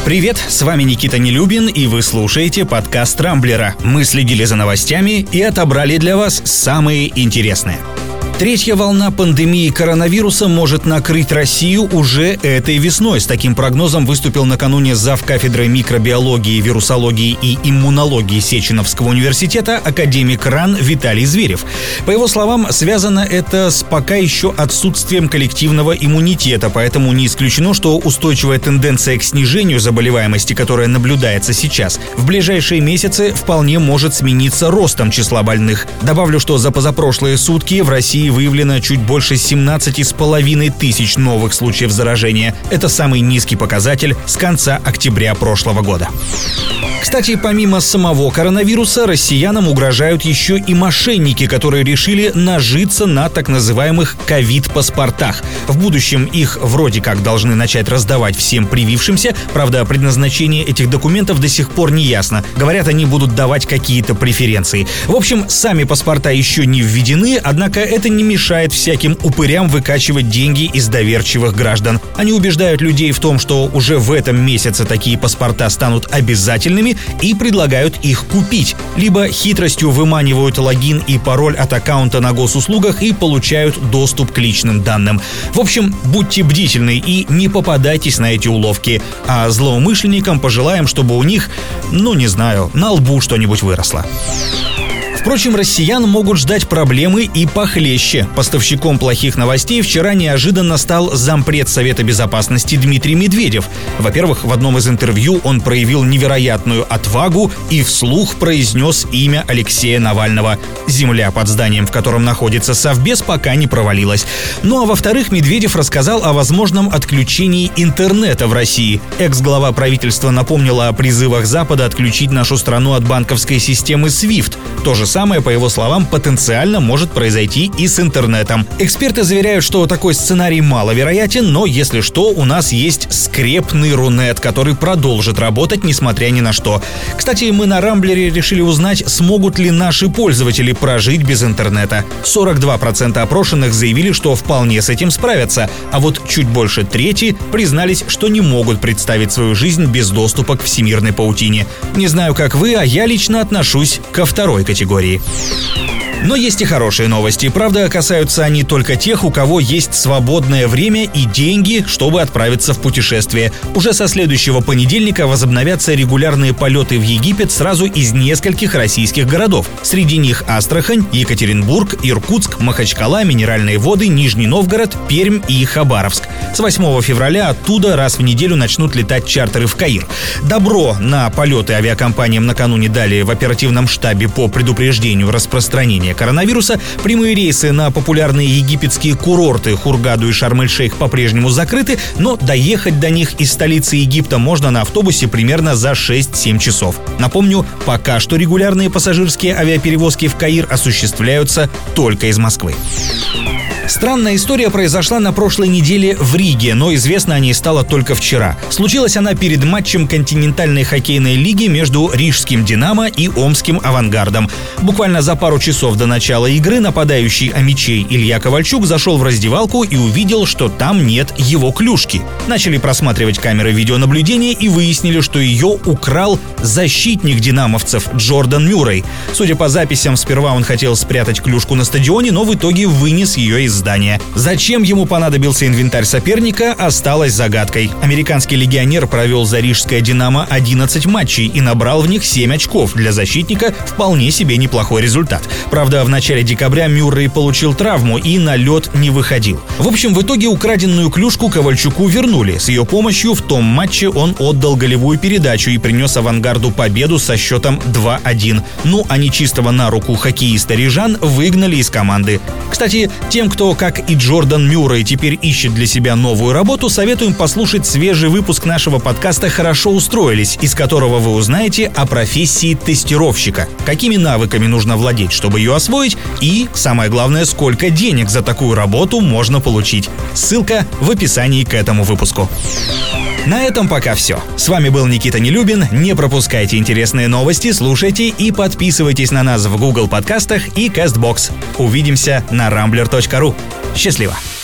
Привет, с вами Никита Нелюбин, и вы слушаете подкаст Рамблера. Мы следили за новостями и отобрали для вас самые интересные. Третья волна пандемии коронавируса может накрыть Россию уже этой весной. С таким прогнозом выступил накануне зав. Кафедры микробиологии, вирусологии и иммунологии Сеченовского университета академик РАН Виталий Зверев. По его словам, связано это с пока еще отсутствием коллективного иммунитета, поэтому не исключено, что устойчивая тенденция к снижению заболеваемости, которая наблюдается сейчас, в ближайшие месяцы вполне может смениться ростом числа больных. Добавлю, что за позапрошлые сутки в России выявлено чуть больше 17,5 тысяч новых случаев заражения. Это самый низкий показатель с конца октября прошлого года. Кстати, помимо самого коронавируса, россиянам угрожают еще и мошенники, которые решили нажиться на так называемых ковид-паспортах. В будущем их вроде как должны начать раздавать всем привившимся, правда, предназначение этих документов до сих пор не ясно. Говорят, они будут давать какие-то преференции. В общем, сами паспорта еще не введены, однако это не мешает всяким упырям выкачивать деньги из доверчивых граждан. Они убеждают людей в том, что уже в этом месяце такие паспорта станут обязательными, и предлагают их купить. Либо хитростью выманивают логин и пароль от аккаунта на госуслугах и получают доступ к личным данным. В общем, будьте бдительны и не попадайтесь на эти уловки. А злоумышленникам пожелаем, чтобы у них, на лбу что-нибудь выросло. Впрочем, россиян могут ждать проблемы и похлеще. Поставщиком плохих новостей вчера неожиданно стал зампред Совета Безопасности Дмитрий Медведев. Во-первых, в одном из интервью он проявил невероятную отвагу и вслух произнес имя Алексея Навального. Земля под зданием, в котором находится Совбез, пока не провалилась. Ну а во-вторых, Медведев рассказал о возможном отключении интернета в России. Экс-глава правительства напомнила о призывах Запада отключить нашу страну от банковской системы SWIFT. То же самое, по его словам, потенциально может произойти и с интернетом. Эксперты заверяют, что такой сценарий маловероятен, но если что, у нас есть скрепный Рунет, который продолжит работать, несмотря ни на что. Кстати, мы на Рамблере решили узнать, смогут ли наши пользователи прожить без интернета. 42% опрошенных заявили, что вполне с этим справятся, а вот чуть больше трети признались, что не могут представить свою жизнь без доступа к всемирной паутине. Не знаю, как вы, а я лично отношусь ко второй категории. Но есть и хорошие новости. Правда, касаются они только тех, у кого есть свободное время и деньги, чтобы отправиться в путешествие. Уже со следующего понедельника возобновятся регулярные полеты в Египет сразу из нескольких российских городов. Среди них Астрахань, Екатеринбург, Иркутск, Махачкала, Минеральные Воды, Нижний Новгород, Пермь и Хабаровск. С 8 февраля оттуда раз в неделю начнут летать чартеры в Каир. Добро на полеты авиакомпаниям накануне дали в оперативном штабе по предупреждению распространения коронавируса. Прямые рейсы на популярные египетские курорты Хургаду и Шарм-эль-Шейх по-прежнему закрыты, но доехать до них из столицы Египта можно на автобусе примерно за 6-7 часов. Напомню, пока что регулярные пассажирские авиаперевозки в Каир осуществляются только из Москвы. Странная история произошла на прошлой неделе в Риге, но известно о ней стало только вчера. Случилась она перед матчем континентальной хоккейной лиги между Рижским «Динамо» и Омским «Авангардом». Буквально за пару часов до начала игры нападающий Амичей Илья Ковальчук зашел в раздевалку и увидел, что там нет его клюшки. Начали просматривать камеры видеонаблюдения и выяснили, что ее украл защитник динамовцев Джордан Мюррей. Судя по записям, сперва он хотел спрятать клюшку на стадионе, но в итоге вынес ее из здания. Зачем ему понадобился инвентарь соперника, осталось загадкой. Американский легионер провел за рижское «Динамо» 11 матчей и набрал в них 7 очков. Для защитника вполне себе неплохой результат. Правда, в начале декабря Мюррей получил травму и на лед не выходил. В общем, в итоге украденную клюшку Ковальчуку вернули. С ее помощью в том матче он отдал голевую передачу и принес «Авангарду» победу со счетом 2-1. Ну, а нечистого на руку хоккеиста рижан выгнали из команды. Кстати, тем, кто, как и Джордан Мюррей, теперь ищет для себя новую работу, советуем послушать свежий выпуск нашего подкаста «Хорошо устроились», из которого вы узнаете о профессии тестировщика. Какими навыками нужно владеть, чтобы ее освоить, и, самое главное, сколько денег за такую работу можно получить. Ссылка в описании к этому выпуску. На этом пока все. С вами был Никита Нелюбин. Не пропускайте интересные новости, слушайте и подписывайтесь на нас в Google подкастах и CastBox. Увидимся на rambler.ru. Счастливо!